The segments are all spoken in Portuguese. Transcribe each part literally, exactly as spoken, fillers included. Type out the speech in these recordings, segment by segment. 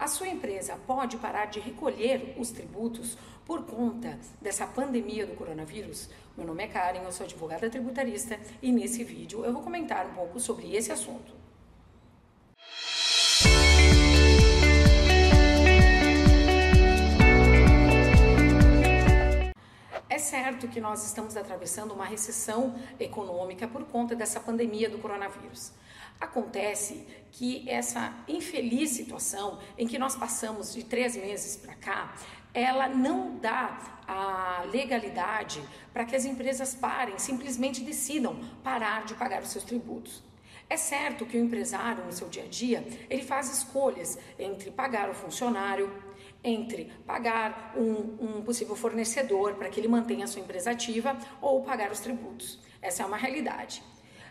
A sua empresa pode parar de recolher os tributos por conta dessa pandemia do coronavírus? Meu nome é Karen, eu sou advogada tributarista e nesse vídeo eu vou comentar um pouco sobre esse assunto. É certo que nós estamos atravessando uma recessão econômica por conta dessa pandemia do coronavírus. Acontece que essa infeliz situação em que nós passamos de três meses para cá, ela não dá a legalidade para que as empresas parem, simplesmente decidam parar de pagar os seus tributos. É certo que o empresário, no seu dia a dia, ele faz escolhas entre pagar o funcionário, entre pagar um, um possível fornecedor para que ele mantenha a sua empresa ativa ou pagar os tributos. Essa é uma realidade.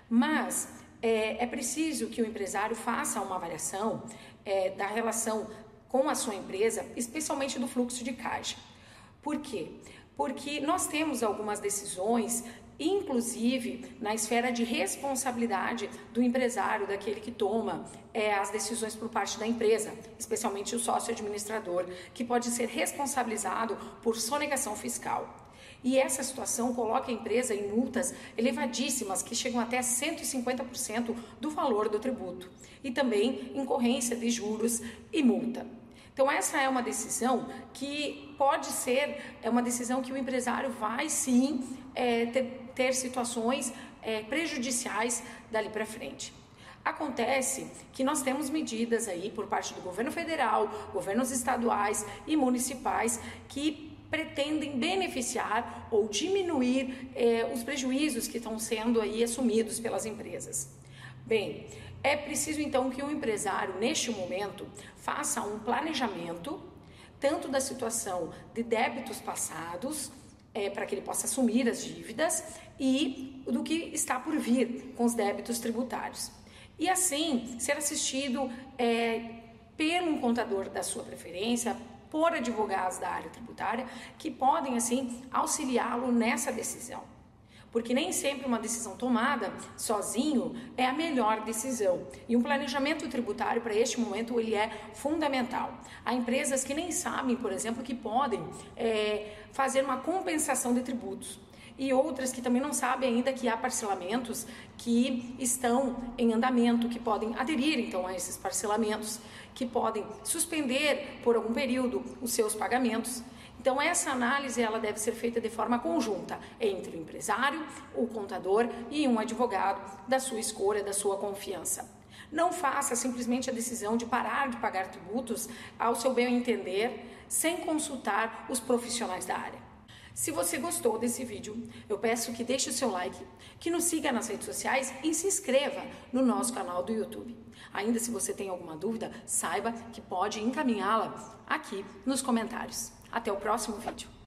Mas é, é preciso que o empresário faça uma avaliação é, da relação com a sua empresa, especialmente do fluxo de caixa. Por quê? Porque nós temos algumas decisões, inclusive na esfera de responsabilidade do empresário, daquele que toma é, as decisões por parte da empresa, especialmente o sócio administrador, que pode ser responsabilizado por sonegação fiscal. E essa situação coloca a empresa em multas elevadíssimas, que chegam até cento e cinquenta por cento do valor do tributo, e também incorrência de juros e multa. Então essa é uma decisão que pode ser, é uma decisão que o empresário vai sim é, ter, ter situações é, prejudiciais dali para frente. Acontece que nós temos medidas aí por parte do governo federal, governos estaduais e municipais que pretendem beneficiar ou diminuir eh, os prejuízos que estão sendo aí assumidos pelas empresas. Bem, é preciso então que o empresário, neste momento, faça um planejamento, tanto da situação de débitos passados, é, para que ele possa assumir as dívidas, e do que está por vir com os débitos tributários. E assim, ser assistido é, pelo um contador da sua preferência, por advogados da área tributária, que podem, assim, auxiliá-lo nessa decisão. Porque nem sempre uma decisão tomada sozinho é a melhor decisão. E um planejamento tributário para este momento ele é fundamental. Há empresas que nem sabem, por exemplo, que podem é, fazer uma compensação de tributos. E outras que também não sabem ainda que há parcelamentos que estão em andamento, que podem aderir então a esses parcelamentos, que podem suspender por algum período os seus pagamentos. Então essa análise ela deve ser feita de forma conjunta entre o empresário, o contador e um advogado da sua escolha, da sua confiança. Não faça simplesmente a decisão de parar de pagar tributos ao seu bem entender, sem consultar os profissionais da área. Se você gostou desse vídeo, eu peço que deixe o seu like, que nos siga nas redes sociais e se inscreva no nosso canal do YouTube. Ainda se você tem alguma dúvida, saiba que pode encaminhá-la aqui nos comentários. Até o próximo vídeo.